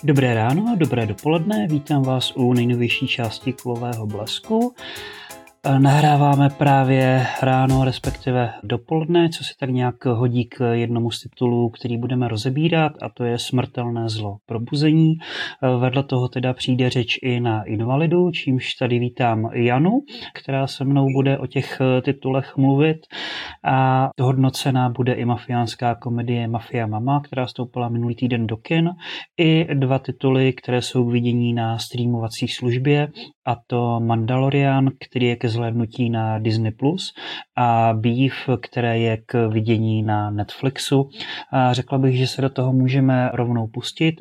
Dobré ráno, dobré dopoledne, vítám vás u nejnovější části Kulového blesku. Nahráváme právě ráno, respektive dopoledne, co se tak nějak hodí k jednomu z titulů, který budeme rozebírat, a to je Smrtelné zlo probuzení. Vedle toho teda přijde řeč i na Invalidu, čímž tady vítám Janu, která se mnou bude o těch titulech mluvit, a hodnocená bude i mafiánská komedie Mafia Mama, která vstoupila minulý týden do kin, i dva tituly, které jsou k vidění na streamovací službě, a to Mandalorian, který je ke zhlédnutí na Disney+, a Beef, které je k vidění na Netflixu. A řekla bych, že se do toho můžeme rovnou pustit.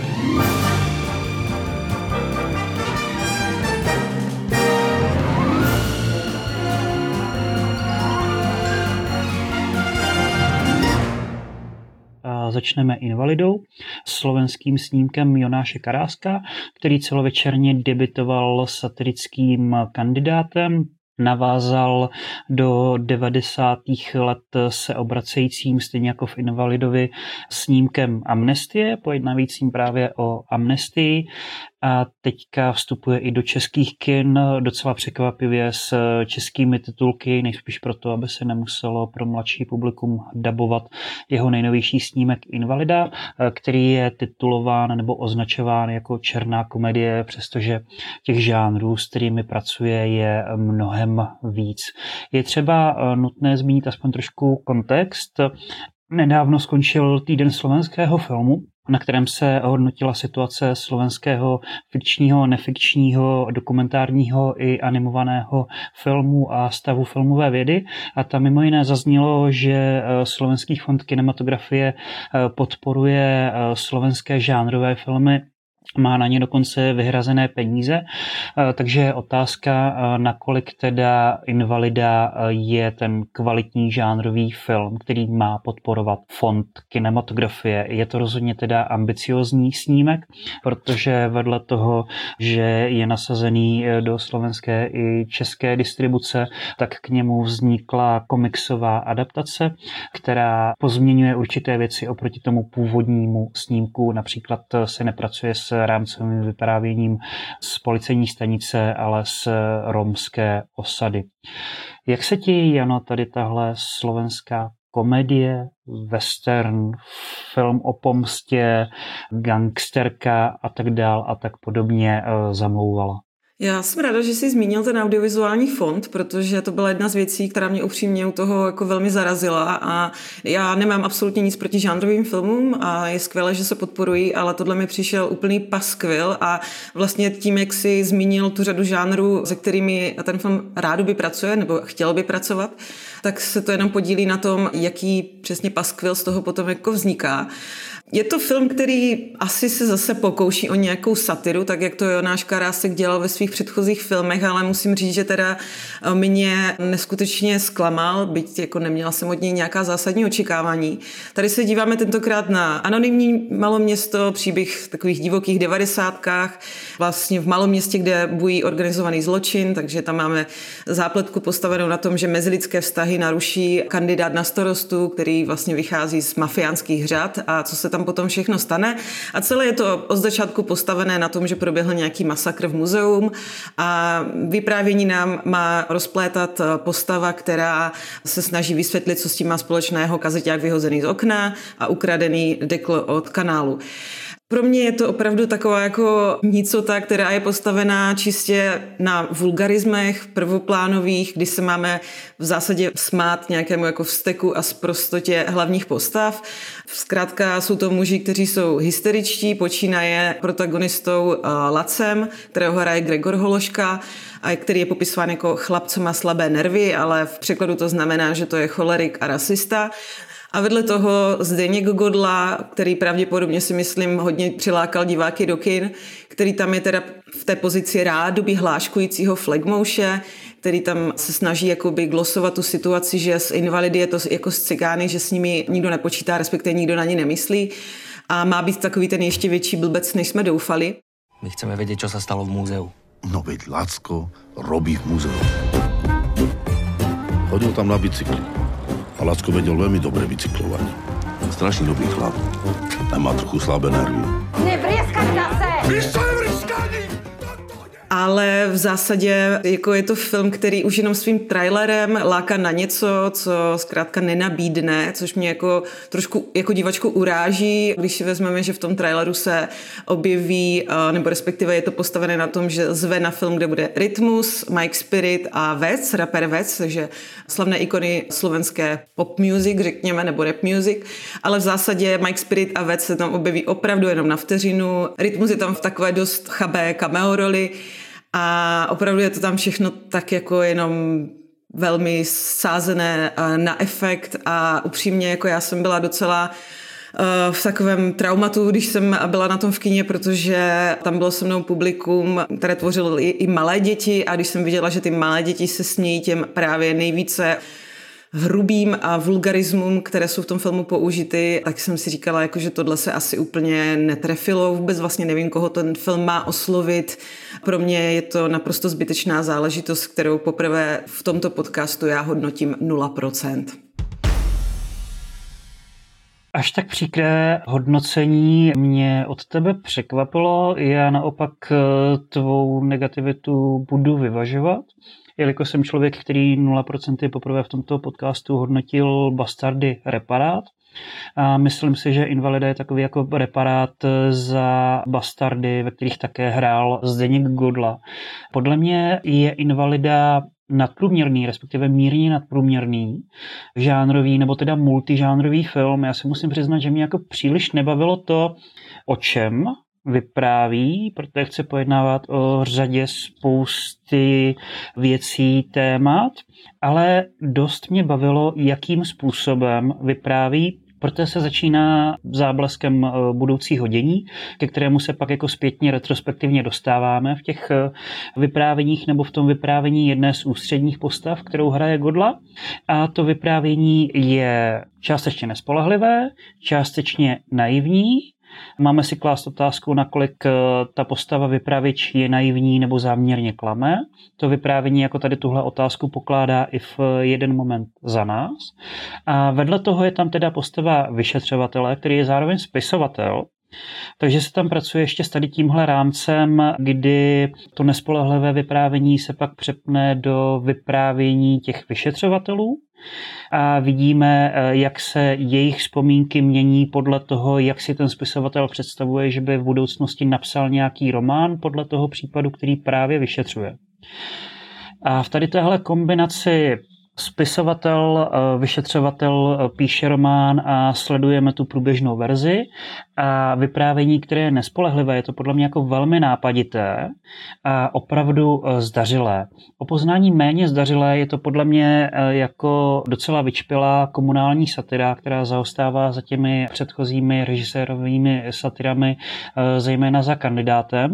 Začneme Invalidou, slovenským snímkem Jonáše Karáska, který celovečerně debitoval satirickým Kandidátem. Navázal do 90. let se obracejícím, stejně jako v Invalidovi, snímkem Amnestie, pojednávajícím právě o amnestii, a teďka vstupuje i do českých kin docela překvapivě s českými titulky, nejspíš proto, aby se nemuselo pro mladší publikum dabovat jeho nejnovější snímek Invalida, který je titulován nebo označován jako černá komedie, přestože těch žánrů, s kterými pracuje, je mnohem víc. Je třeba nutné zmínit aspoň trošku kontext. Nedávno skončil týden slovenského filmu, na kterém se hodnotila situace slovenského fikčního, nefikčního, dokumentárního i animovaného filmu a stavu filmové vědy. A tam mimo jiné zaznělo, že Slovenský fond kinematografie podporuje slovenské žánrové filmy, má na ně dokonce vyhrazené peníze, takže je otázka, nakolik teda Invalida je ten kvalitní žánrový film, který má podporovat fond kinematografie. Je to rozhodně teda ambiciózní snímek, protože vedle toho, že je nasazený do slovenské i české distribuce, tak k němu vznikla komiksová adaptace, která pozměňuje určité věci oproti tomu původnímu snímku. Například se nepracuje s rámcovým vyprávěním z policejní stanice, ale z romské osady. Jak se ti, Jano, tady tahle slovenská komedie, western, film o pomstě, gangsterka a tak dál a tak podobně zamlouvala? Já jsem ráda, že jsi zmínil ten audiovizuální fond, protože to byla jedna z věcí, která mě upřímně u toho jako velmi zarazila, a já nemám absolutně nic proti žánrovým filmům a je skvělé, že se podporují, ale tohle mi přišel úplný paskvil, a vlastně tím, jak jsi zmínil tu řadu žánrů, se kterými ten film rádoby pracuje nebo chtěl by pracovat, tak se to jenom podílí na tom, jaký přesně paskvil z toho potom jako vzniká. Je to film, který asi se zase pokouší o nějakou satiru, tak jak to Jonáš Karásek dělal ve svých předchozích filmech, ale musím říct, že teda mě neskutečně zklamal, byť jako neměla jsem od něj nějaká zásadní očekávání. Tady se díváme tentokrát na anonymní maloměsto, příběh v takových divokých 90kách, vlastně v malom městě, kde bují organizovaný zločin, takže tam máme zápletku postavenou na tom, že mezilidské vztahy naruší kandidát na starostu, který vlastně vychází z mafiánských řad, a co se tam potom všechno stane. A celé je to od začátku postavené na tom, že proběhl nějaký masakr v muzeum, a vyprávění nám má rozplétat postava, která se snaží vysvětlit, co s tím má společného kazeťák vyhozený z okna a ukradený dekl od kanálu. Pro mě je to opravdu taková jako nicota, která je postavená čistě na vulgarismech prvoplánových, kdy se máme v zásadě smát nějakému jako vzteku a sprostotě hlavních postav. Zkrátka jsou to muži, kteří jsou hysteričtí, počínaje protagonistou Lacem, kterého hraje Gregor Hološka, a který je popisován jako chlap, co má slabé nervy, ale v překladu to znamená, že to je cholerik a rasista. A vedle toho Zdeněk Godla, který pravděpodobně si myslím hodně přilákal diváky do kin, který tam je teda v té pozici rádoby hláškujícího flagmouše, který tam se snaží jakoby glosovat tu situaci, že z invalidy je to jako z cigány, že s nimi nikdo nepočítá, respektive nikdo na ní nemyslí, a má být takový ten ještě větší blbec, než jsme doufali. My chceme vědět, co se stalo v muzeu. No veď Lacko robí v muzeu. Chodil tam na bicykli. A Lacko vedel veľmi dobre bicyklovať. Strašne dobrý chlap. A má trochu slabé nervy. Nevrieskať Ale v zásadě jako je to film, který už jenom svým trailerem láká na něco, co zkrátka nenabídne, což mě jako trošku jako divačku uráží, když si vezmeme, že v tom traileru se objeví, nebo respektive je to postavené na tom, že zve na film, kde bude Rytmus, Mike Spirit a Vec, rapper Vec, takže slavné ikony slovenské pop music, řekněme, nebo rap music, ale v zásadě Mike Spirit a Vec se tam objeví opravdu jenom na vteřinu. Rytmus je tam v takové dost chabé cameo roli, a opravdu je to tam všechno tak jako jenom velmi sázené na efekt a upřímně jako já jsem byla docela v takovém traumatu, když jsem byla na tom v kině, protože tam bylo se mnou publikum, které tvořilo i malé děti a když jsem viděla, že ty malé děti se smějí těm právě nejvíce hrubým a vulgarismům, které jsou v tom filmu použity, tak jsem si říkala, jako, že tohle se asi úplně netrefilo. Vůbec vlastně nevím, koho ten film má oslovit. Pro mě je to naprosto zbytečná záležitost, kterou poprvé v tomto podcastu já hodnotím 0%. Až tak příkré hodnocení mě od tebe překvapilo. Já naopak tvou negativitu budu vyvažovat, jelikož jsem člověk, který 0% poprvé v tomto podcastu hodnotil Bastardy reparát. A myslím si, že Invalida je takový jako reparát za Bastardy, ve kterých také hrál Zdeněk Godla. Podle mě je Invalida nadprůměrný, respektive mírně nadprůměrný žánrový nebo teda multižánrový film. Já si musím přiznat, že mě jako příliš nebavilo to, o čem vypráví, protože chce pojednávat o řadě spousty věcí, témat, ale dost mě bavilo, jakým způsobem vypráví, protože se začíná zábleskem budoucího dění, ke kterému se pak jako zpětně retrospektivně dostáváme v těch vyprávěních nebo v tom vyprávění jedné z ústředních postav, kterou hraje Godla. A to vyprávění je částečně nespolehlivé, částečně naivní. Máme si klást otázku, nakolik ta postava vypravěč je naivní nebo záměrně klame. To vyprávění jako tady tuhle otázku pokládá i v jeden moment za nás. A vedle toho je tam teda postava vyšetřovatele, který je zároveň spisovatel. Takže se tam pracuje ještě s tady tímhle rámcem, kdy to nespolehlivé vyprávění se pak přepne do vyprávění těch vyšetřovatelů. A vidíme, jak se jejich vzpomínky mění podle toho, jak si ten spisovatel představuje, že by v budoucnosti napsal nějaký román podle toho případu, který právě vyšetřuje. A v tady téhle kombinaci spisovatel, vyšetřovatel píše román a sledujeme tu průběžnou verzi a vyprávění, které je nespolehlivé, je to podle mě jako velmi nápadité a opravdu zdařilé. O poznání méně zdařilé je to podle mě jako docela vyčpělá komunální satira, která zaostává za těmi předchozími režisérovými satirami, zejména za Kandidátem.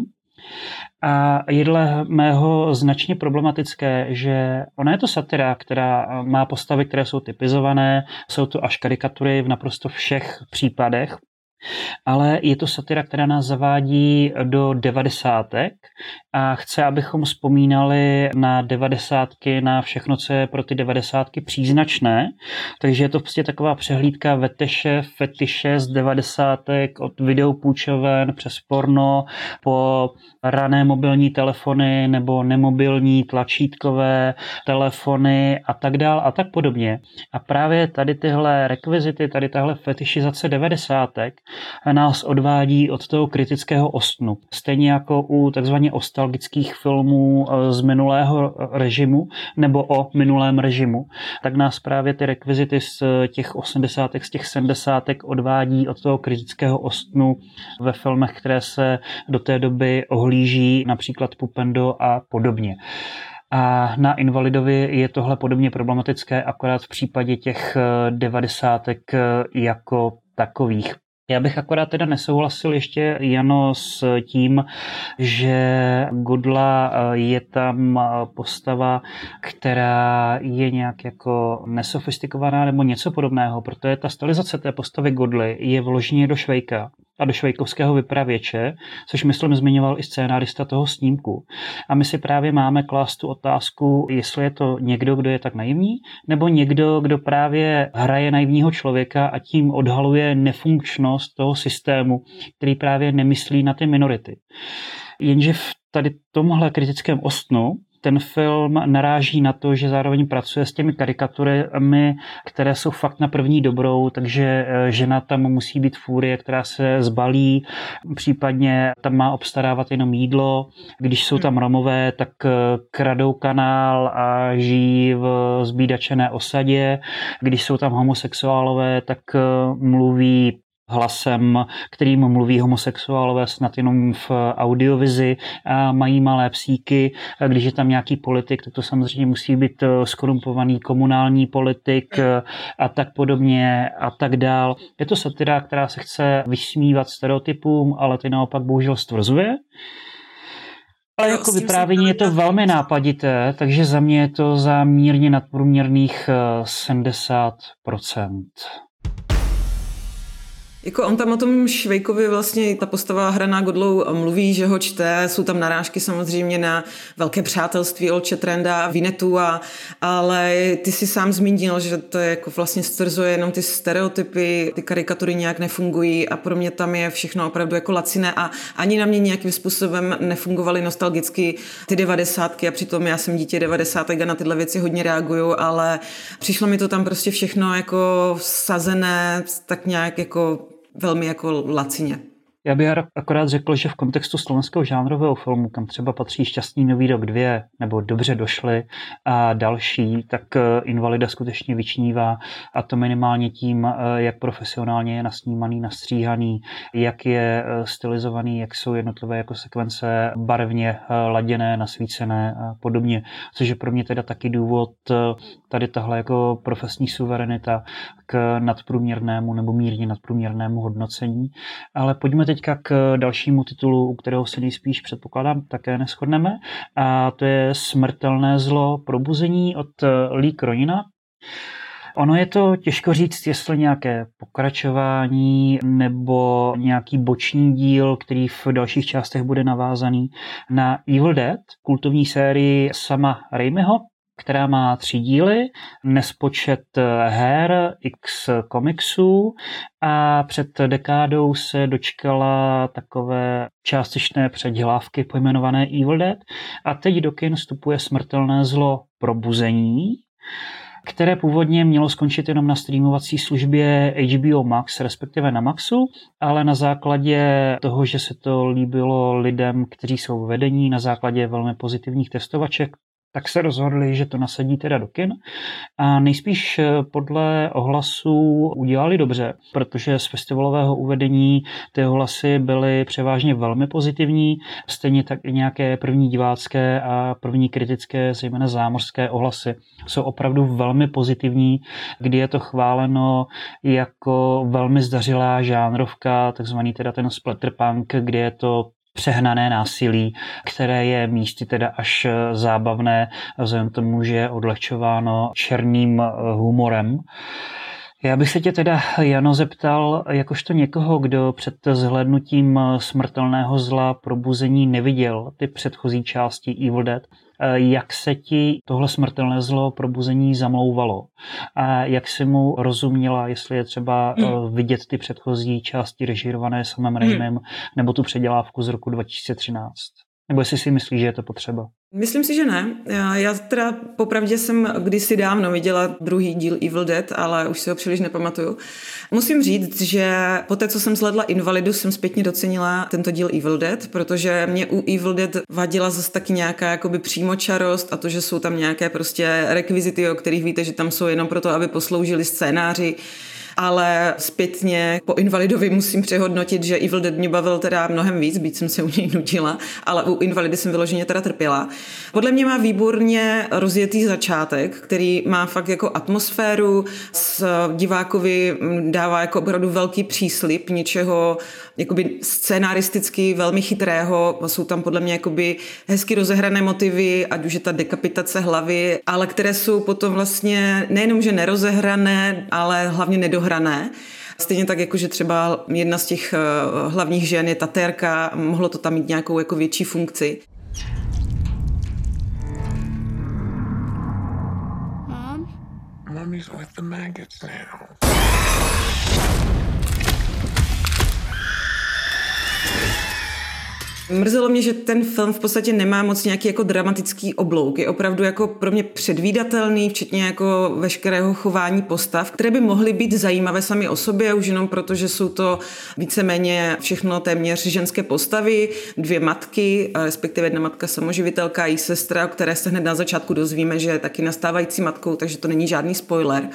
A je dle mého značně problematické, že ona je to satira, která má postavy, které jsou typizované, jsou to až karikatury v naprosto všech případech, ale je to satira, která nás zavádí do 90. a chce, abychom vzpomínali na 90, na všechno, co je pro ty 90 příznačné. Takže je to prostě taková přehlídka fetiše z 90, od videopůjčoven přes porno po rané mobilní telefony nebo nemobilní tlačítkové telefony a tak dál a tak podobně. A právě tady tyhle rekvizity, tady tahle fetišizace 90 nás odvádí od toho kritického ostnu. Stejně jako u takzvaně nostalgických filmů z minulého režimu nebo o minulém režimu, tak nás právě ty rekvizity z těch 80, z těch 70 odvádí od toho kritického ostnu ve filmech, které se do té doby ohlíží, například Pupendo a podobně. A na Invalidovi je tohle podobně problematické, akorát v případě těch 90 jako takových. Já bych akorát teda nesouhlasil ještě, Jano, s tím, že Godla je tam postava, která je nějak jako nesofistikovaná nebo něco podobného, protože ta stylizace té postavy Godly je vloženě do Švejka. a do švejkovského vypravěče, což myslím zmiňoval i scénárista toho snímku. A my si právě máme klást tu otázku, jestli je to někdo, kdo je tak naivní, nebo někdo, kdo právě hraje naivního člověka a tím odhaluje nefunkčnost toho systému, který právě nemyslí na ty minority. Jenže v tady tomhle kritickém ostnu ten film naráží na to, že zároveň pracuje s těmi karikaturami, které jsou fakt na první dobrou, takže žena tam musí být fúrie, která se zbalí, případně tam má obstarávat jenom jídlo. Když jsou tam Romové, tak kradou kanál a žijí v zbídačené osadě. Když jsou tam homosexuálové, tak mluví hlasem, kterým mluví homosexuálové snad jenom v audiovizi a mají malé psíky. A když je tam nějaký politik, tak to samozřejmě musí být skorumpovaný komunální politik a tak podobně a tak dál. Je to satira, která se chce vysmívat stereotypům, ale ty naopak bohužel stvrzuje. Ale jako vyprávění je to velmi nápadité, takže za mě je to za mírně nadprůměrných 70%. Jako on tam o tom Švejkovi vlastně, ta postava hraná Godlou mluví, že ho čte, jsou tam narážky samozřejmě na velké přátelství Olče Trenda a Vinetu, ale ty si sám zmínil, že to je jako vlastně stvrzuje jenom ty stereotypy, ty karikatury nějak nefungují a pro mě tam je všechno opravdu jako laciné a ani na mě nějakým způsobem nefungovaly nostalgicky ty 90. a přitom já jsem dítě 90. a na tyhle věci hodně reaguju, ale přišlo mi to tam prostě všechno jako sazené tak nějak jako velmi jako lacině. Já bych akorát řekl, že v kontextu slovenského žánrového filmu, kam třeba patří Šťastný nový rok 2 nebo Dobře došli a další, tak Invalida skutečně vyčnívá a to minimálně tím, jak profesionálně je nasnímaný, nastříhaný, jak je stylizovaný, jak jsou jednotlivé jako sekvence barevně laděné, nasvícené a podobně. Což je pro mě teda taky důvod tady tahle jako profesní suverenita k nadprůměrnému nebo mírně nadprůměrnému hodnocení. Ale pojďme teďka k dalšímu titulu, u kterého se nejspíš předpokládám také neshodneme, a to je Smrtelné zlo probuzení od Lee Cronina. Ono je to těžko říct, jestli nějaké pokračování nebo nějaký boční díl, který v dalších částech bude navázaný na Evil Dead, kultovní sérii Sama Raimiho, která má 3 díly, nespočet her, x komiksů a před dekádou se dočkala takové částečné předělávky pojmenované Evil Dead a teď do kin vstupuje Smrtelné zlo probuzení, které původně mělo skončit jenom na streamovací službě HBO Max, respektive na Maxu, ale na základě toho, že se to líbilo lidem, kteří jsou v vedení, na základě velmi pozitivních testovaček, tak se rozhodli, že to nasadí teda do kin a nejspíš podle ohlasů udělali dobře, protože z festivalového uvedení ty ohlasy byly převážně velmi pozitivní, stejně tak i nějaké první divácké a první kritické, zejména zámořské ohlasy jsou opravdu velmi pozitivní, kdy je to chváleno jako velmi zdařilá žánrovka, takzvaný teda ten splatterpunk, kdy je to přehnané násilí, které je místy teda až zábavné, vzhledem tomu, že je odlehčováno černým humorem. Já bych se tě teda, Jano, zeptal, jakožto někoho, kdo před zhlédnutím Smrtelného zla probuzení neviděl ty předchozí části Evil Dead, jak se ti tohle Smrtelné zlo probuzení zamlouvalo a jak si mu rozuměla, jestli je třeba vidět ty předchozí části režírované samým Raimem nebo tu předělávku z roku 2013? Nebo jestli si myslíš, že je to potřeba? Myslím si, že ne. Já teda popravdě jsem kdysi dávno viděla druhý díl Evil Dead, ale už si ho příliš nepamatuju. Musím říct, že po té, co jsem zhlédla Invalidu, jsem zpětně docenila tento díl Evil Dead, protože mě u Evil Dead vadila zase taky nějaká jakoby přímočarost a to, že jsou tam nějaké prostě rekvizity, o kterých víte, že tam jsou jenom proto, aby posloužili scénáři. Ale zpětně po Invalidovi musím přehodnotit, že Evil Dead mě bavil teda mnohem víc, byť jsem se u něj nudila, ale u Invalidy jsem vyloženě teda trpěla. Podle mě má výborně rozjetý začátek, který má fakt jako atmosféru, s divákovi dává jako opravdu velký příslib něčeho jakoby scénaristicky velmi chytrého, jsou tam podle mě jakoby hezky rozehrané motivy, ať už je ta dekapitace hlavy, ale které jsou potom vlastně nejenom, že nerozehrané, ale hlavně nedohrané. Stejně tak, jako že třeba jedna z těch hlavních žen je tatérka, mohlo to tam mít nějakou jako větší funkci. Mommy's with the maggots now. Mrzelo mě, že ten film v podstatě nemá moc nějaký jako dramatický oblouk. Je opravdu jako pro mě předvídatelný, včetně jako veškerého chování postav, které by mohly být zajímavé sami o sobě, už jenom proto, že jsou to víceméně všechno téměř ženské postavy, 2 matky, respektive jedna matka samoživitelka a její sestra, o které se hned na začátku dozvíme, že je taky nastávající matkou, takže to není žádný spoiler.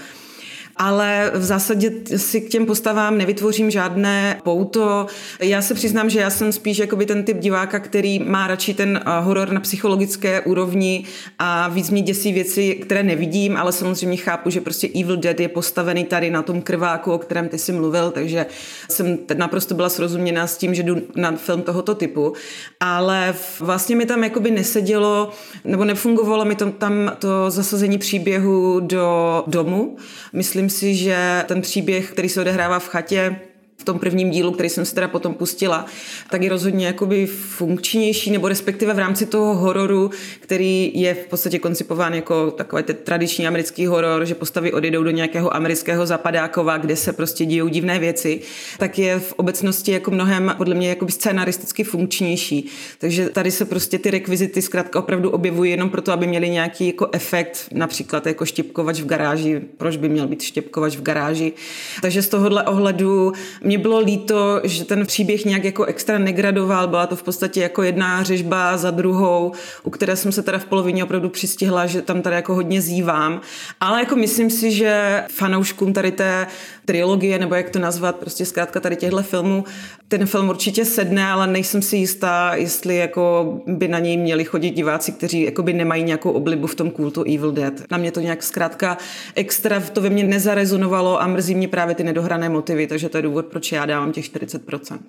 Ale v zásadě si k těm postavám nevytvořím žádné pouto. Já se přiznám, že já jsem spíš jakoby ten typ diváka, který má radši ten horor na psychologické úrovni a víc mě děsí věci, které nevidím, ale samozřejmě chápu, že prostě Evil Dead je postavený tady na tom krváku, o kterém ty jsi mluvil, takže jsem naprosto byla srozuměná s tím, že jdu na film tohoto typu. Ale vlastně mi tam jakoby nesedělo, nebo nefungovalo mi tam to zasazení příběhu do domu. Myslím si, že ten příběh, který se odehrává v chatě, v tom prvním dílu, který jsem si teda potom pustila, tak je rozhodně jakoby funkčnější, nebo respektive v rámci toho hororu, který je v podstatě koncipován jako takový tradiční americký horor, že postavy odjedou do nějakého amerického zapadákova, kde se prostě dějou divné věci, tak je v obecnosti jako mnohem podle mě jakoby scénaristicky funkčnější. Takže tady se prostě ty rekvizity zkrátka opravdu objevují jenom proto, aby měli nějaký jako efekt, například jako štěpkovač v garáži. Proč by měl být štěpkovač v garáži? Takže z tohohle ohledu mě bylo líto, že ten příběh nějak jako extra negradoval, byla to v podstatě jako jedna řežba za druhou, u které jsem se teda v polovině opravdu přistihla, že tam tady jako hodně zívám, ale jako myslím si, že fanouškům tady té trilogie, nebo jak to nazvat, prostě zkrátka tady těchto filmů, ten film určitě sedne, ale nejsem si jistá, jestli jako by na něj měli chodit diváci, kteří jako by nemají nějakou oblibu v tom kultu Evil Dead. Na mě to nějak zkrátka extra to ve mně nezarezonovalo a mrzí mě právě ty nedohrané motivy, takže to je důvod, proč já dávám těch 40%.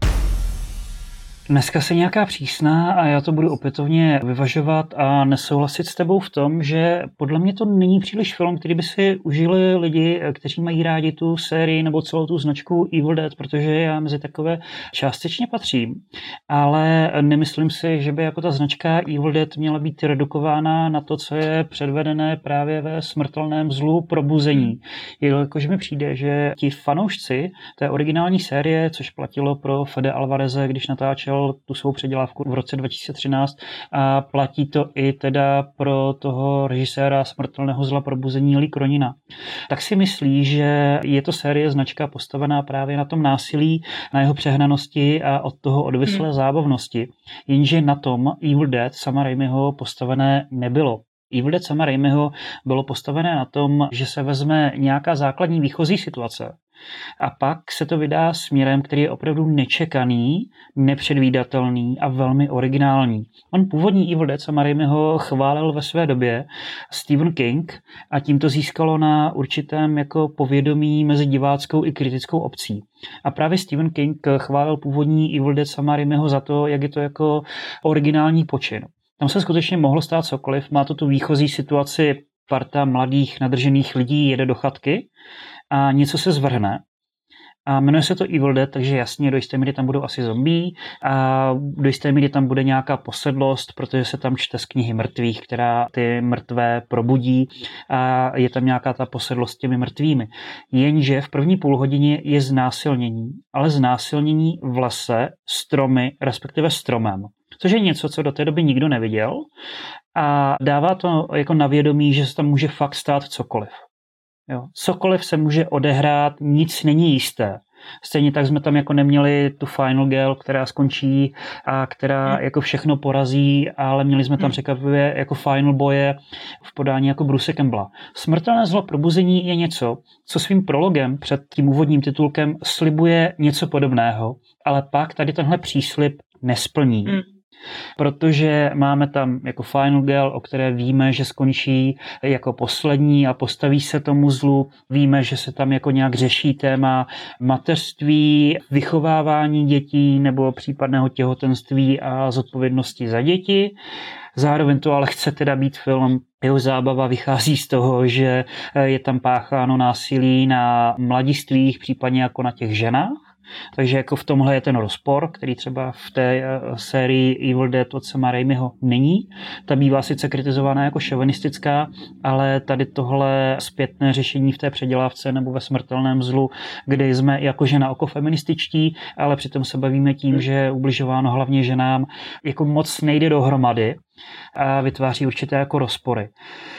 Dneska se nějaká přísná a já to budu opětovně vyvažovat a nesouhlasit s tebou v tom, že podle mě to není příliš film, který by si užili lidi, kteří mají rádi tu sérii nebo celou tu značku Evil Dead, protože já mezi takové částečně patřím. Ale nemyslím si, že by jako ta značka Evil Dead měla být redukována na to, co je předvedené právě ve Smrtelném zlu Probuzení. Jakože mi přijde, že ti fanoušci té originální série, což platilo pro Fede Alvareze, když natáčel tu svou předělávku v roce 2013 a platí to i teda pro toho režiséra Smrtelného zla Probuzení Lee Cronina, tak si myslí, že je to série značka postavená právě na tom násilí, na jeho přehnanosti a od toho odvislé zábavnosti. Jenže na tom Evil Dead Sama Raimiho postavené nebylo. Evil Dead Sama Raimiho bylo postavené na tom, že se vezme nějaká základní výchozí situace a pak se to vydá směrem, který je opravdu nečekaný, nepředvídatelný a velmi originální. On původní Evil Dead Sama Raimiho chválil ve své době Stephen King a tím to získalo na určitém jako povědomí mezi diváckou i kritickou obcí. A právě Stephen King chválil původní Evil Dead Sama Raimiho za to, jak je to jako originální počin. Tam se skutečně mohlo stát cokoliv, má to tu výchozí situaci, parta mladých nadržených lidí jede do chatky a něco se zvrhne. A jmenuje se to Evil Dead, takže jasně, do jisté míry tam budou asi zombie a do jisté míry tam bude nějaká posedlost, protože se tam čte z knihy mrtvých, která ty mrtvé probudí a je tam nějaká ta posedlost s těmi mrtvými. Jenže v první půlhodině je znásilnění, ale znásilnění v lese, stromy, respektive stromem. Což je něco, co do té doby nikdo neviděl a dává to jako na vědomí, že se tam může fakt stát cokoliv. Jo. Cokoliv se může odehrát, nic není jisté. Stejně tak jsme tam jako neměli tu final girl, která skončí a která jako všechno porazí, ale měli jsme tam překvapivě jako final boje v podání jako Bruce Campbella. Smrtelné zlo Probuzení je něco, co svým prologem před tím úvodním titulkem slibuje něco podobného, ale pak tady tenhle příslib nesplní. protože máme tam jako Final Girl, o které víme, že skončí jako poslední a postaví se tomu zlu. Víme, že se tam jako nějak řeší téma mateřství, vychovávání dětí nebo případného těhotenství a zodpovědnosti za děti. Zároveň to ale chce teda být film, jeho zábava vychází z toho, že je tam pácháno násilí na mladistvých, případně jako na těch ženách. Takže jako v tomhle je ten rozpor, který třeba v té sérii Evil Dead od Sama Raimiho není. Ta bývá sice kritizovaná jako šovinistická, ale tady tohle zpětné řešení v té předělávce nebo ve Smrtelném zlu, kde jsme jakože na oko feminističtí, ale přitom se bavíme tím, že je ubližováno hlavně ženám, jako moc nejde dohromady a vytváří určité jako rozpory.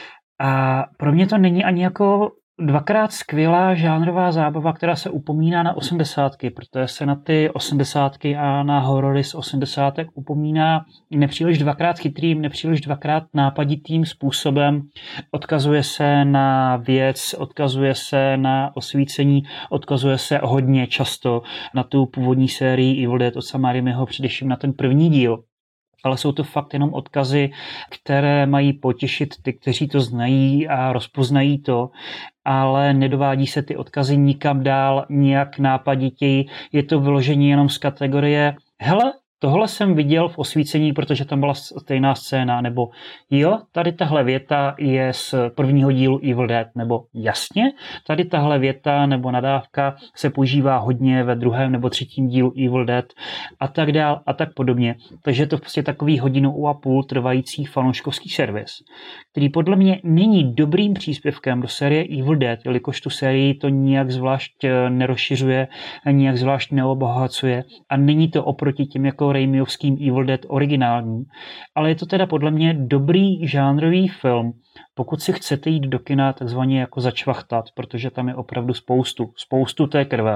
A pro mě to není ani jako dvakrát skvělá žánrová zábava, která se upomíná na 80, protože se na ty 80 a na horory z 80 upomíná nepříliš dvakrát chytrým, nepříliš dvakrát nápaditým způsobem. Odkazuje se na věc, odkazuje se na osvícení, odkazuje se hodně často na tu původní sérii Evil Dead od Sama Raimiho, především na ten první díl. Ale jsou to fakt jenom odkazy, které mají potěšit ty, kteří to znají a rozpoznají to, ale nedovádí se ty odkazy nikam dál, nijak nápaditěji. Je to vyložení jenom z kategorie hele, tohle jsem viděl v osvícení, protože tam byla stejná scéna, nebo jo, tady tahle věta je z prvního dílu Evil Dead, nebo jasně, tady tahle věta nebo nadávka se používá hodně ve druhém nebo třetím dílu Evil Dead a tak dál a tak podobně. Takže je to prostě takový 1,5 hodiny trvající fanouškovský servis, který podle mě není dobrým příspěvkem do série Evil Dead, jelikož tu sérii to nijak zvlášť nerozšiřuje, nijak zvlášť neobohacuje a není to oproti těm jako Raimiovským Evil Dead originální, ale je to teda podle mě dobrý žánrový film, pokud si chcete jít do kina takzvaně jako začvachtat, protože tam je opravdu spoustu té krve.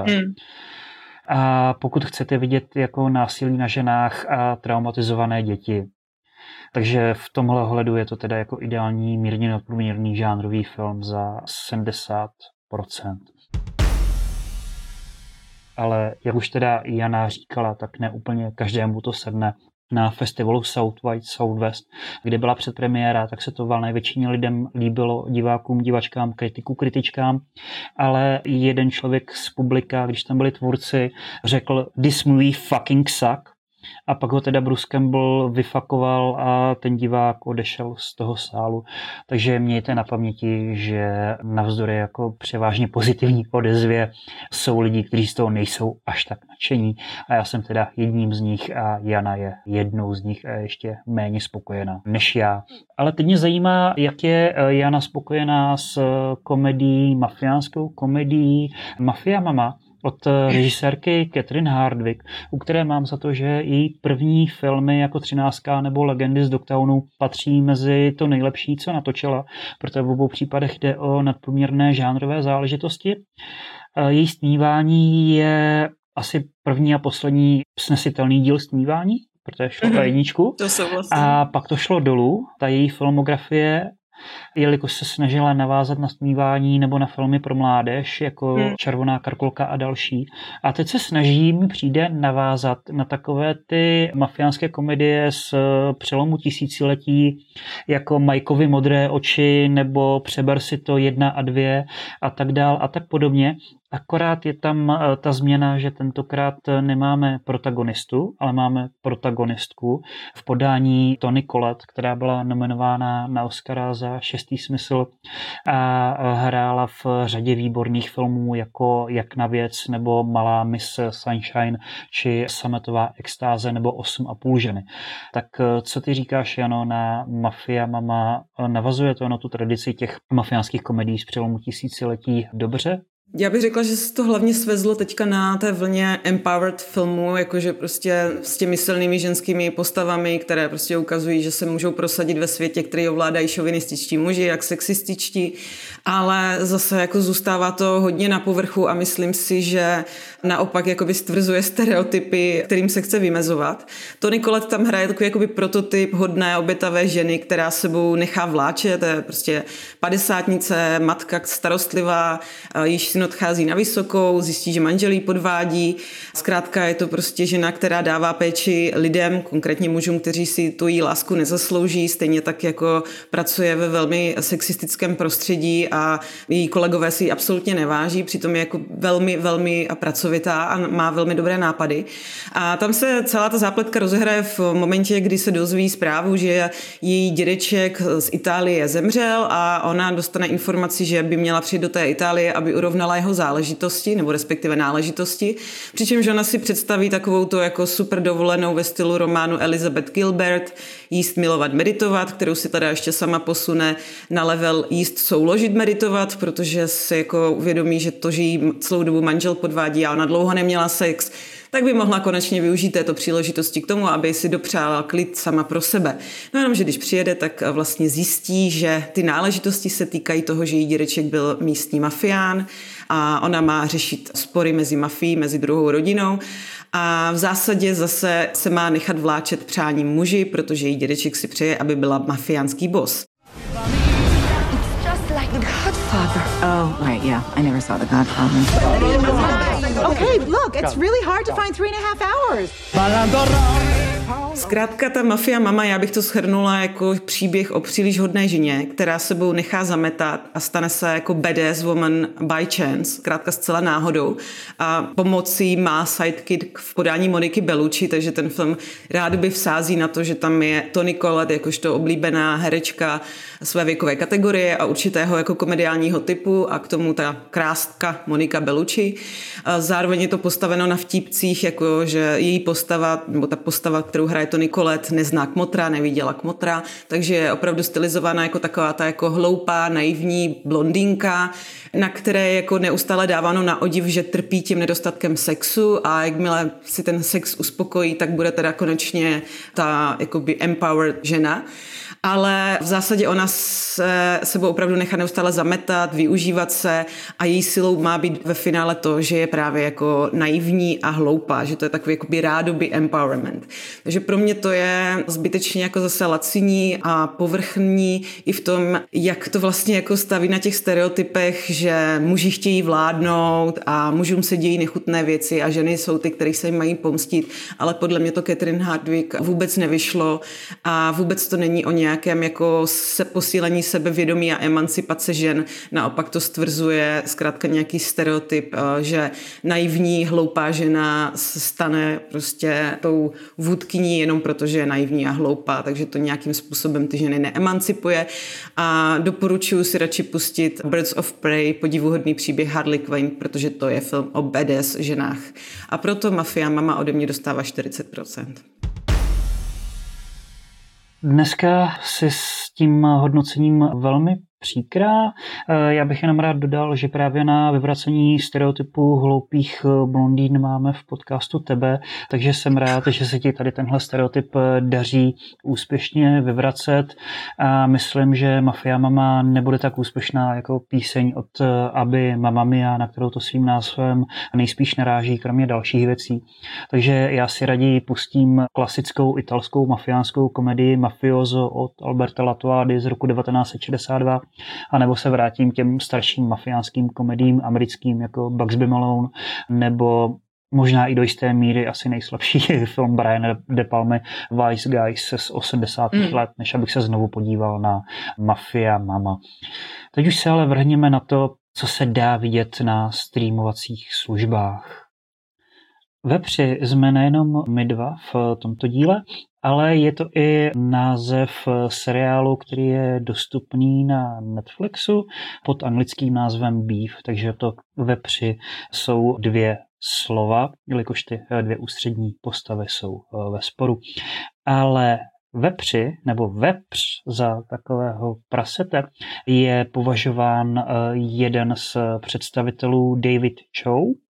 A pokud chcete vidět jako násilí na ženách a traumatizované děti. Takže v tomhle ohledu je to teda jako ideální mírně nadprůměrný žánrový film za 70%. Ale jak už teda Jana říkala, tak ne úplně každému to sedne. Na festivalu South by Southwest, kde byla předpremiéra, tak se to valné většině lidem líbilo, divákům, divačkám, kritičkám, ale jeden člověk z publika, když tam byli tvůrci, řekl "This movie fucking suck", a pak ho teda Bruce Campbell vyfakoval a ten divák odešel z toho sálu. Takže mějte na paměti, že navzdory jako převážně pozitivní odezvě jsou lidi, kteří z toho nejsou až tak nadšení a já jsem teda jedním z nich a Jana je jednou z nich a ještě méně spokojená než já. Ale teď mě zajímá, jak je Jana spokojená s komedií, mafiánskou komedií Mafia Mama od režisérky Catherine Hardwicke, u které mám za to, že její první filmy jako 13 nebo Legendy z Dogtownu patří mezi to nejlepší, co natočila, protože v obou případech jde o nadprůměrné žánrové záležitosti. Její Stmívání je asi první a poslední snesitelný díl Stmívání, protože šlo o jedničku. A pak to šlo dolů, ta její filmografie, jelikož se snažila navázat na Stmívání nebo na filmy pro mládež, jako Červená karkolka a další. A teď se snaží, mi přijde, navázat na takové ty mafiánské komedie z přelomu tisíciletí, jako Mikeovi Modré oči, nebo Přeber si to 1 a 2 a tak dál a tak podobně. Akorát je tam ta změna, že tentokrát nemáme protagonistu, ale máme protagonistku v podání Toni Collette, která byla nominována na Oscara za 6. smysl a hrála v řadě výborných filmů jako Jak na věc, nebo Malá Miss Sunshine, či Sametová extáze, nebo 8,5 ženy. Tak co ty říkáš, Jano, na Mafia Mama? Navazuje to na tu tradici těch mafiánských komedií z přelomu tisíciletí dobře? Já bych řekla, že se to hlavně svezlo teďka na té vlně empowered filmu, jakože prostě s těmi silnými ženskými postavami, které prostě ukazují, že se můžou prosadit ve světě, který ovládají šovinističtí muži, jak sexističtí. ale zase jako zůstává to hodně na povrchu a myslím si, že naopak jakoby stvrzuje stereotypy, kterým se chce vymezovat. Toni Collette tam hraje takový jakoby prototyp hodné obětavé ženy, která sebou nechá vláčet, to je prostě padesátnice, matka starostlivá, již syn odchází na vysokou, zjistí, že manžel jí podvádí. Zkrátka je to prostě žena, která dává péči lidem, konkrétně mužům, kteří si tu její lásku nezaslouží, stejně tak jako pracuje ve velmi sexistickém prostředí a její kolegové si ji absolutně neváží, přitom je jako velmi, velmi pracovitá a má velmi dobré nápady. A tam se celá ta zápletka rozehraje v momentě, kdy se dozví zprávu, že její dědeček z Itálie zemřel a ona dostane informaci, že by měla přijít do té Itálie, aby urovnala jeho záležitosti, nebo respektive náležitosti. Přičemž ona si představí takovou to jako super dovolenou ve stylu románu Elizabeth Gilbert, jíst, milovat, meditovat, kterou si teda ještě sama posune na level jíst, souložit, meditovat, protože si jako uvědomí, že to, že jí celou dobu manžel podvádí a ona dlouho neměla sex, tak by mohla konečně využít této příležitosti k tomu, aby si dopřála klid sama pro sebe. No jenom, že když přijede, tak vlastně zjistí, že ty náležitosti se týkají toho, že její dědeček byl místní mafián a ona má řešit spory mezi mafií, mezi druhou rodinou a v zásadě zase se má nechat vláčet přáním muži, protože její dědeček si přeje, aby byla mafiánský boss. The Godfather. Oh, right, yeah. I never saw The Godfather. Okay, look, it's really hard to find 3.5 hours. Zkrátka ta Mafia Mama, já bych to shrnula jako příběh o příliš hodné ženě, která sebou nechá zametat a stane se jako badass woman by chance, zkrátka zcela náhodou. A pomocí má sidekick v podání Moniky Bellucci, takže ten film rádoby vsází na to, že tam je Toni Collette jakožto oblíbená herečka své věkové kategorie a určitého jako komediálního typu a k tomu ta krástka Monika Bellucci. A zároveň je to postaveno na vtípcích, jako že její postava, nebo ta postava, kterou hraje Toni Collette, nezná kmotra, neviděla kmotra, takže je opravdu stylizovaná jako taková ta jako hloupá, naivní blondýnka, na které je jako neustále dáváno na odiv, že trpí tím nedostatkem sexu a jakmile si ten sex uspokojí, tak bude teda konečně ta jakoby empowered žena. Ale v zásadě ona se sebou opravdu nechá neustále zametat, využívat se a její silou má být ve finále to, že je právě jako naivní a hloupá, že to je takový jakoby rádoby empowerment. Takže pro mě to je zbytečně jako zase laciní a povrchní i v tom, jak to vlastně jako staví na těch stereotypech, že muži chtějí vládnout a mužům se dějí nechutné věci a ženy jsou ty, které se jim mají pomstit, ale podle mě to Catherine Hardwicke vůbec nevyšlo a vůbec to není o nějakém jako posílení sebevědomí a emancipace žen. Naopak to stvrzuje zkrátka nějaký stereotyp, že naivní, hloupá žena se stane prostě tou vůdkyní jenom proto, že je naivní a hloupá, takže to nějakým způsobem ty ženy neemancipuje a doporučuji si radši pustit Birds of Prey, podivuhodný příběh Harley Quinn, protože to je film o badass ženách. A proto Mafia Mama ode mě dostává 40%. Dneska si s tím hodnocením velmi příkrá. Já bych jenom rád dodal, že právě na vyvracení stereotypů hloupých blondýn máme v podcastu tebe, takže jsem rád, že se ti tady tenhle stereotyp daří úspěšně vyvracet a myslím, že Mafia Mama nebude tak úspěšná jako píseň od Abby Mamma Mia, na kterou to svým názvem nejspíš naráží, kromě dalších věcí. Takže já si raději pustím klasickou italskou mafiánskou komedii Mafioso od Alberta Latuady z roku 1962, a nebo se vrátím těm starším mafiánským komediím americkým jako Bugsby Malone, nebo možná i do jisté míry asi nejslabší film Briana De Palmy Wise Guys z 80. let, než abych se znovu podíval na Mafia Mama. Teď už se ale vrhněme na to, co se dá vidět na streamovacích službách. Vepři jsme nejenom my dva v tomto díle, ale je to i název seriálu, který je dostupný na Netflixu pod anglickým názvem Beef, takže to vepři jsou dvě slova, jelikož ty dvě ústřední postavy jsou ve sporu. Ale vepři, nebo vepř za takového prasete, je považován jeden z představitelů David Chow,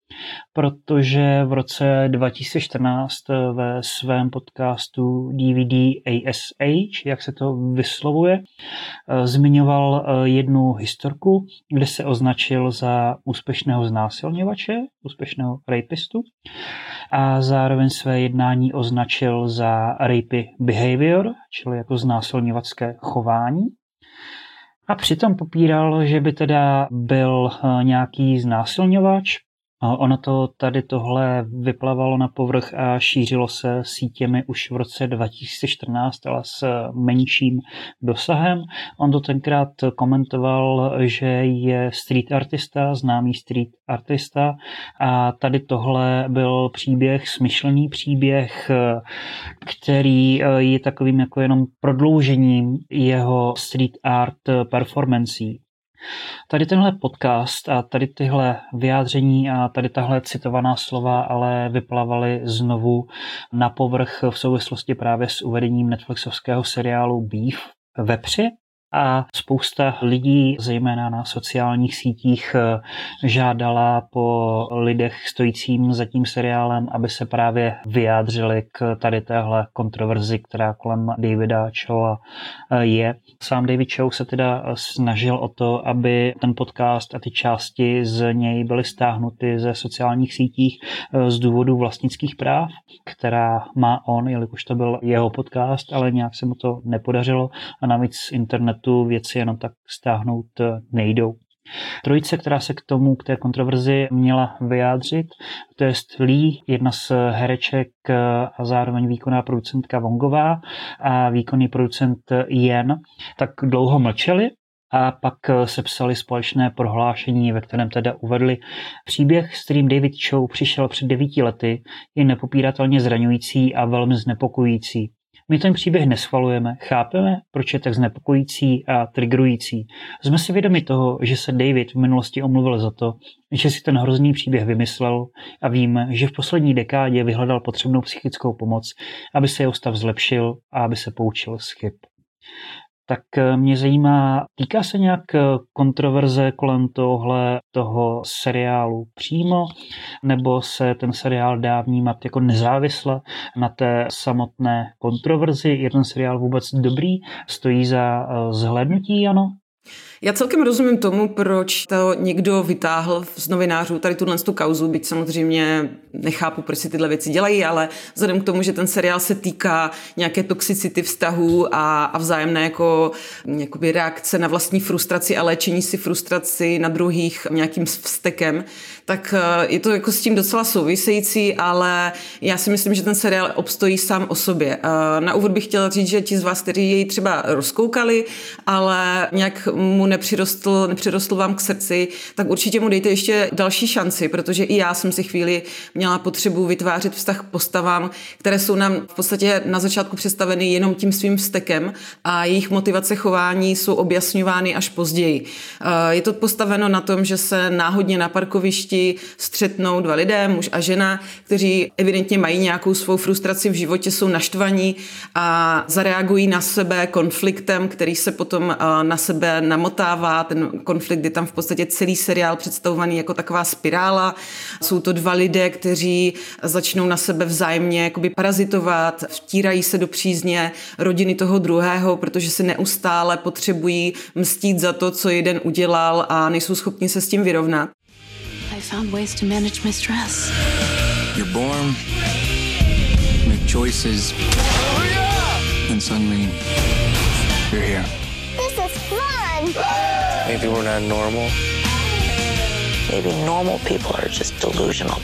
protože v roce 2014 ve svém podcastu DVD ASH, jak se to vyslovuje, zmiňoval jednu historku, kde se označil za úspěšného znásilňovače, úspěšného rapistu a zároveň své jednání označil za rapey behavior, čili jako znásilňovacké chování. A přitom popíral, že by teda byl nějaký znásilňovač. Ono to tady tohle vyplavalo na povrch a šířilo se sítěmi už v roce 2014, ale s menším dosahem. On to tenkrát komentoval, že je street artista, známý street artista a tady tohle byl příběh, smyšlený příběh, který je takovým jako jenom prodloužením jeho street art performancí. Tady tenhle podcast a tady tyhle vyjádření a tady tahle citovaná slova ale vyplavaly znovu na povrch v souvislosti právě s uvedením netflixovského seriálu Beef Vepři. A spousta lidí, zejména na sociálních sítích, žádala po lidech stojícím za tím seriálem, aby se právě vyjádřili k tady téhle kontroverzi, která kolem Davida Choa je. Sám David Cho se teda snažil o to, aby ten podcast a ty části z něj byly stáhnuty ze sociálních sítích z důvodu vlastnických práv, která má on, jelikož to byl jeho podcast, ale nějak se mu to nepodařilo a navíc z internetu věci jenom tak stáhnout nejdou. Trojice, která se k té kontroverzi měla vyjádřit, to je Lee, jedna z hereček a zároveň výkonná producentka Wongová a výkonný producent Jen, tak dlouho mlčeli a pak sepsali společné prohlášení, ve kterém teda uvedli: příběh, s kterým David Cho přišel před 9 lety, je nepopíratelně zraňující a velmi znepokojující. My ten příběh neschvalujeme, chápeme, proč je tak znepokojící a triggerující. Jsme si vědomi toho, že se David v minulosti omluvil za to, že si ten hrozný příběh vymyslel a víme, že v poslední dekádě vyhledal potřebnou psychickou pomoc, aby se jeho stav zlepšil a aby se poučil z chyb. Tak mě zajímá, týká se nějak kontroverze kolem toho seriálu přímo, nebo se ten seriál dá vnímat jako nezávisle na té samotné kontroverzi? Je ten seriál vůbec dobrý? Stojí za zhlédnutí, ano? Já celkem rozumím tomu, proč to někdo vytáhl z novinářů, tady tuhle kauzu, byť samozřejmě nechápu, proč si tyhle věci dělají, ale vzhledem k tomu, že ten seriál se týká nějaké toxicity vztahů a vzájemné jakoby reakce na vlastní frustraci a léčení si frustraci na druhých nějakým vztekem, tak je to jako s tím docela související, ale já si myslím, že ten seriál obstojí sám o sobě. Na úvod bych chtěla říct, že ti z vás, kteří jej třeba rozkoukali, ale nějak mu nepřirostl vám k srdci, tak určitě mu dejte ještě další šanci, protože i já jsem si chvíli měla potřebu vytvářet vztah k postavám, které jsou nám v podstatě na začátku představeny jenom tím svým vztekem a jejich motivace chování jsou objasňovány až později. Je to postaveno na tom, že se náhodně na parkovišti střetnou 2 lidé, muž a žena, kteří evidentně mají nějakou svou frustraci v životě, jsou naštvaní a zareagují na sebe konfliktem, který se potom na sebe namotává. Ten konflikt je tam v podstatě celý seriál představovaný jako taková spirála. Jsou to 2 lidé, kteří začnou na sebe vzájemně jakoby parazitovat, vtírají se do přízně rodiny toho druhého, protože se neustále potřebují mstít za to, co jeden udělal a nejsou schopni se s tím vyrovnat. I found ways to manage my stress. You're born, make choices, and suddenly you're here. This is fun! Maybe we're not normal. Maybe normal people are just delusional.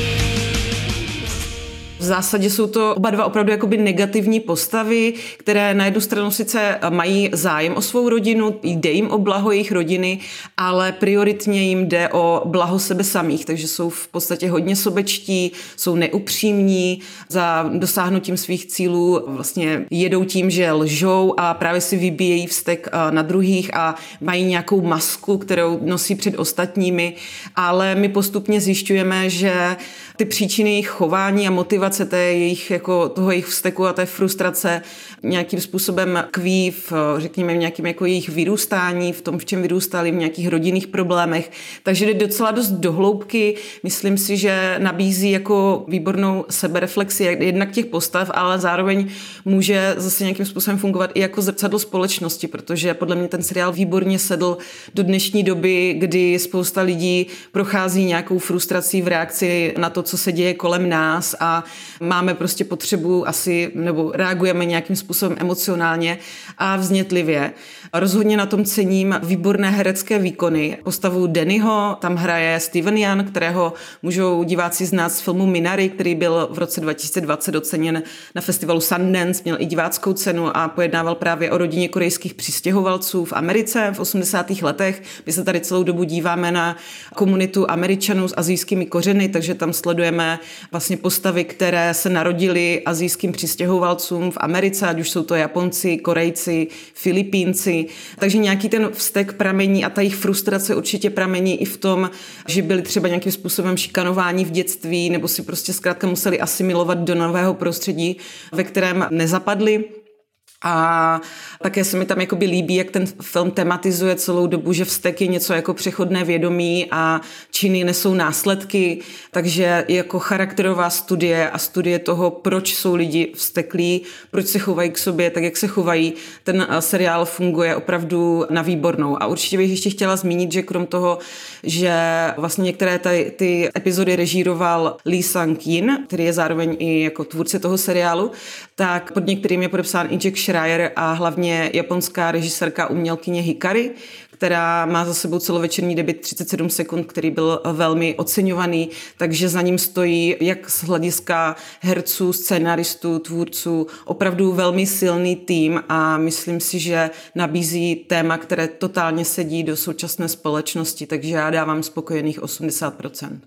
V zásadě jsou to oba dva opravdu jakoby negativní postavy, které na jednu stranu sice mají zájem o svou rodinu, jde jim o blaho jejich rodiny, ale prioritně jim jde o blaho sebe samých, takže jsou v podstatě hodně sobečtí, jsou neupřímní, za dosáhnutím svých cílů vlastně jedou tím, že lžou a právě si vybíjejí vztek na druhých a mají nějakou masku, kterou nosí před ostatními, ale my postupně zjišťujeme, že ty příčiny jejich chování a motivace kulminace toho jejich vzteku a té frustrace nějakým způsobem tkví řekněme, v nějakém jako jejich vyrůstání, v tom, v čem vyrůstali, v nějakých rodinných problémech. Takže jde docela dost do hloubky. Myslím si, že nabízí jako výbornou sebereflexi jednak těch postav, ale zároveň může zase nějakým způsobem fungovat i jako zrcadlo společnosti, protože podle mě ten seriál výborně sedl do dnešní doby, kdy spousta lidí prochází nějakou frustrací v reakci na to, co se děje kolem nás a máme prostě potřebu nebo reagujeme nějakým způsobem emocionálně a vznětlivě. Rozhodně na tom cením výborné herecké výkony. Postavu Dannyho tam hraje Steven Yeun, kterého můžou diváci znát z filmu Minari, který byl v roce 2020 oceněn na festivalu Sundance, měl i diváckou cenu a pojednával právě o rodině korejských přistěhovalců v Americe v 80. letech. My se tady celou dobu díváme na komunitu Američanů s asijskými kořeny, takže tam sledujeme vlastně postavy, které se narodily asijským přistěhovalcům v Americe, ať už jsou to Japonci, Korejci, Filipínci. Takže nějaký ten vztek pramení a ta jejich frustrace určitě pramení i v tom, že byli třeba nějakým způsobem šikanováni v dětství nebo si prostě zkrátka museli asimilovat do nového prostředí, ve kterém nezapadli. A také se mi tam jakoby líbí, jak ten film tematizuje celou dobu, že vztek je něco jako přechodné vědomí a činy nesou následky, takže jako charakterová studie a studie toho, proč jsou lidi vzteklí, proč se chovají k sobě tak, jak se chovají, ten seriál funguje opravdu na výbornou. A určitě bych ještě chtěla zmínit, že krom toho, že vlastně některé ty epizody režíroval Lee Sang-in, který je zároveň i jako tvůrce toho seriálu, tak pod některým je podepsán i Jack Schreier a hlavně japonská režisérka umělkyně Hikari, která má za sebou celovečerní debut 37 sekund, který byl velmi oceňovaný, takže za ním stojí jak z hlediska herců, scénaristů, tvůrců opravdu velmi silný tým a myslím si, že nabízí téma, které totálně sedí do současné společnosti, takže já dávám spokojených 80%.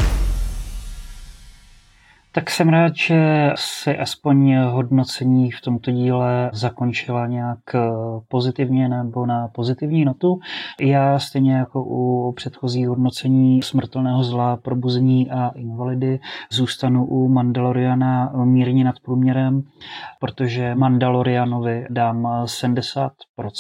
Tak jsem rád, že se aspoň hodnocení v tomto díle zakončila nějak pozitivně nebo na pozitivní notu. Já stejně jako u předchozí hodnocení Smrtelného zla, Probuzení a Invalidy zůstanu u Mandaloriana mírně nad průměrem, protože Mandalorianovi dám 70%.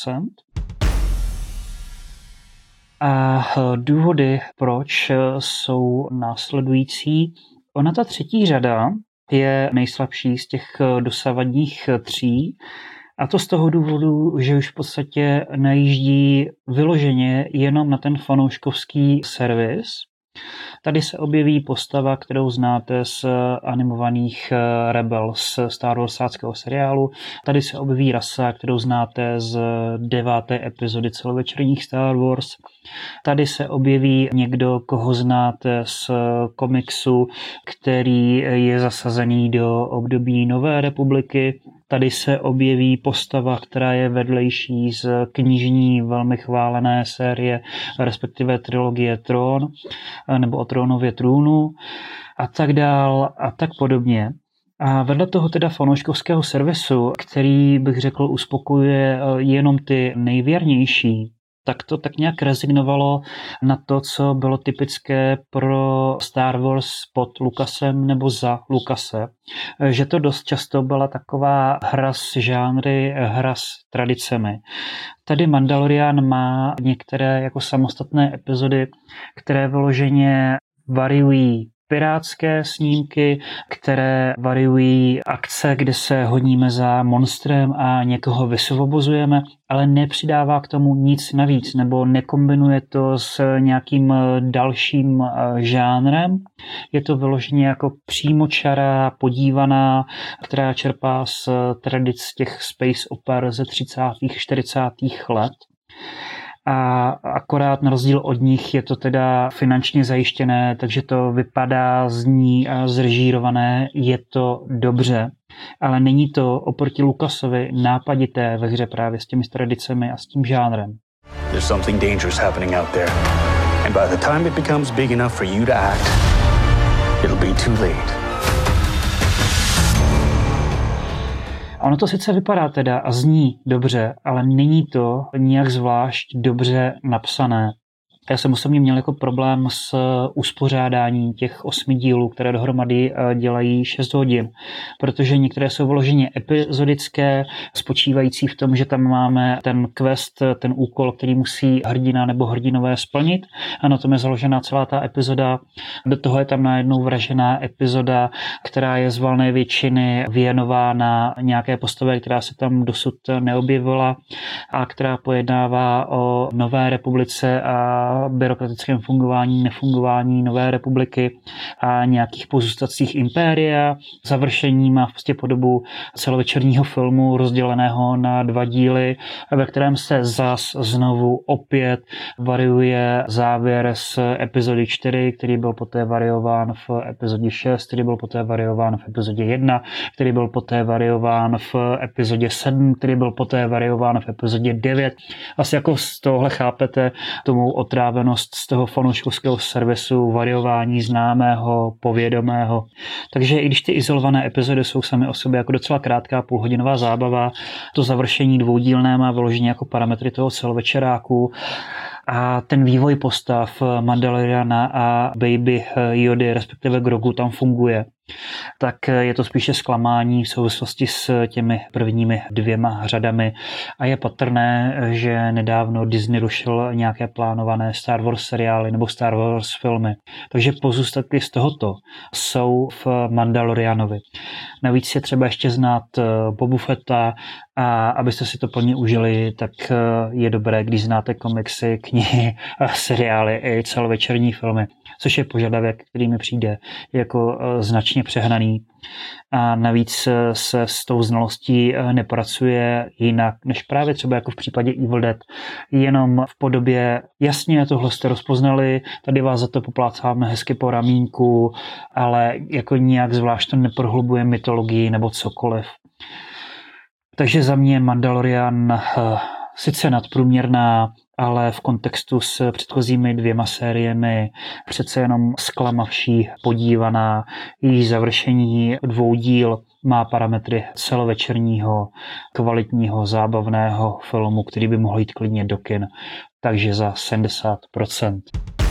A důvody, proč, jsou následující. Ona ta třetí řada je nejslabší z těch dosavadních tří a to z toho důvodu, že už v podstatě najíždí vyloženě jenom na ten fanouškovský servis. Tady se objeví postava, kterou znáte z animovaných Rebels Star Warsáckého seriálu. Tady se objeví rasa, kterou znáte z 9. epizody celovečerních Star Wars. Tady se objeví někdo, koho znáte z komiksu, který je zasazený do období Nové republiky. Tady se objeví postava, která je vedlejší z knižní velmi chválené série, respektive trilogie Trón, nebo o Trónově trůnu a tak dál a tak podobně. A vedle toho teda fanouškovského servisu, který bych řekl uspokojuje jenom ty nejvěrnější, tak to tak nějak rezignovalo na to, co bylo typické pro Star Wars pod Lucasem nebo za Lucase. Že to dost často byla taková hra s žánry, hra s tradicemi. Tady Mandalorian má některé jako samostatné epizody, které vyloženě variují pirátské snímky, které variují akce, kde se honíme za monstrem a někoho vysvobozujeme, ale nepřidává k tomu nic navíc nebo nekombinuje to s nějakým dalším žánrem. Je to vyloženě jako přímočará, podívaná, která čerpá z tradic těch space oper ze 30. 40. let. A akorát na rozdíl od nich je to teda finančně zajištěné, takže to vypadá, zní a zrežírované, je to dobře, ale není to oproti Lucasovi nápadité ve hře právě s těmi tradicemi a s tím žánrem. There's something dangerous happening out there. And by the time it becomes big enough for you to act, it'll be too late. Ono to sice vypadá teda a zní dobře, ale není to nijak zvlášť dobře napsané. Já jsem osobně měl jako problém s uspořádáním těch 8 dílů, které dohromady dělají 6 hodin, protože některé jsou vyloženě epizodické, spočívající v tom, že tam máme ten quest, ten úkol, který musí hrdina nebo hrdinové splnit a na tom je založená celá ta epizoda. Do toho je tam najednou vražená epizoda, která je z valné většiny věnována nějaké postavě, která se tam dosud neobjevila a která pojednává o Nové republice a byrokratickém fungování, nefungování Nové republiky a nějakých pozůstatcích impéria. Završení má prostě podobu celovečerního filmu rozděleného na 2 díly, ve kterém se znovu opět variuje závěr z epizody 4, který byl poté variován v epizodě 6, který byl poté variován v epizodě 1, který byl poté variován v epizodě 7, který byl poté variován v epizodě 9. Asi jako z tohle chápete tomu otrávenost z toho fanouškovského servisu, variování známého, povědomého. Takže i když ty izolované epizody jsou sami o sobě jako docela krátká půlhodinová zábava, to završení dvoudílné má vyloženě jako parametry toho celovečeráku a ten vývoj postav Mandaloriana a Baby Yody, respektive Grogu, tam funguje, tak je to spíše zklamání v souvislosti s těmi prvními 2 řadami a je patrné, že nedávno Disney rušil nějaké plánované Star Wars seriály nebo Star Wars filmy. Takže pozůstatky z tohoto jsou v Mandalorianovi. Navíc je třeba ještě znát Bobu Fetta a abyste si to plně užili, tak je dobré, když znáte komiksy, knihy, seriály i celovečerní filmy, což je požadavek, který mi přijde jako značně přehnaný. A navíc se s tou znalostí nepracuje jinak, než právě třeba jako v případě Evil Dead, jenom v podobě jasně, tohle jste rozpoznali, tady vás za to poplácáme hezky po ramínku, ale jako nijak zvlášť to neprohlubuje mytologii nebo cokoliv. Takže za mě Mandalorian sice nadprůměrná, ale v kontextu s předchozími 2 sériemi přece jenom zklamavší, podívaná. Její završení 2 díl má parametry celovečerního, kvalitního, zábavného filmu, který by mohl jít klidně do kin. Takže za 70%.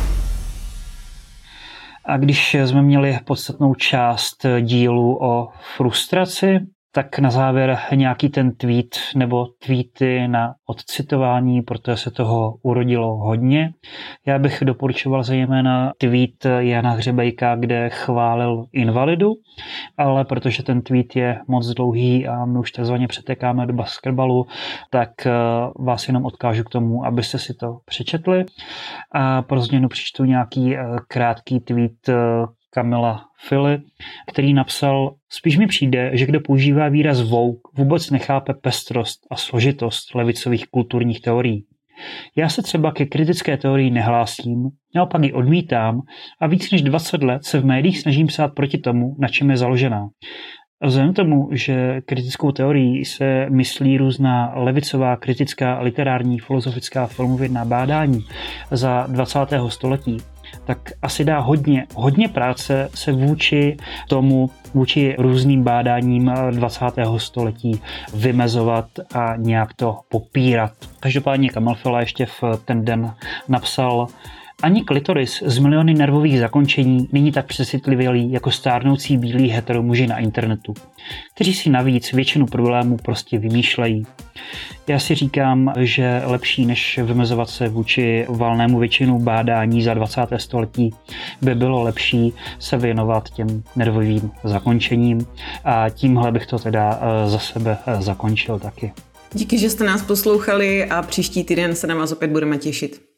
A když jsme měli podstatnou část dílu o frustraci, tak na závěr nějaký ten tweet nebo tweety na odcitování, protože se toho urodilo hodně. Já bych doporučoval zejména tweet Jana Hřebejka, kde chválil Invalidu, ale protože ten tweet je moc dlouhý a my už takzvaně přetekáme do basketbalu, tak vás jenom odkážu k tomu, abyste si to přečetli. A pro změnu přečtu nějaký krátký tweet Kamila Fili, který napsal: spíš mi přijde, že kdo používá výraz woke, vůbec nechápe pestrost a složitost levicových kulturních teorií. Já se třeba ke kritické teorii nehlásím, naopak ji odmítám a víc než 20 let se v médiích snažím psát proti tomu, na čem je založená. Vzhledem tomu, že kritickou teorií se myslí různá levicová, kritická, literární, filozofická, filmovědná bádání za 20. století, tak asi dá hodně práce se vůči různým bádáním 20. století vymezovat a nějak to popírat. Každopádně Kamil Fila ještě v ten den napsal: ani klitoris z miliony nervových zakončení není tak přesitlivělý jako stárnoucí bílí heteromuži na internetu, kteří si navíc většinu problémů prostě vymýšlejí. Já si říkám, že lepší než vymezovat se vůči valnému většinu bádání za 20. století by bylo lepší se věnovat těm nervovým zakončením a tímhle bych to teda za sebe zakončil taky. Díky, že jste nás poslouchali a příští týden se na vás opět budeme těšit.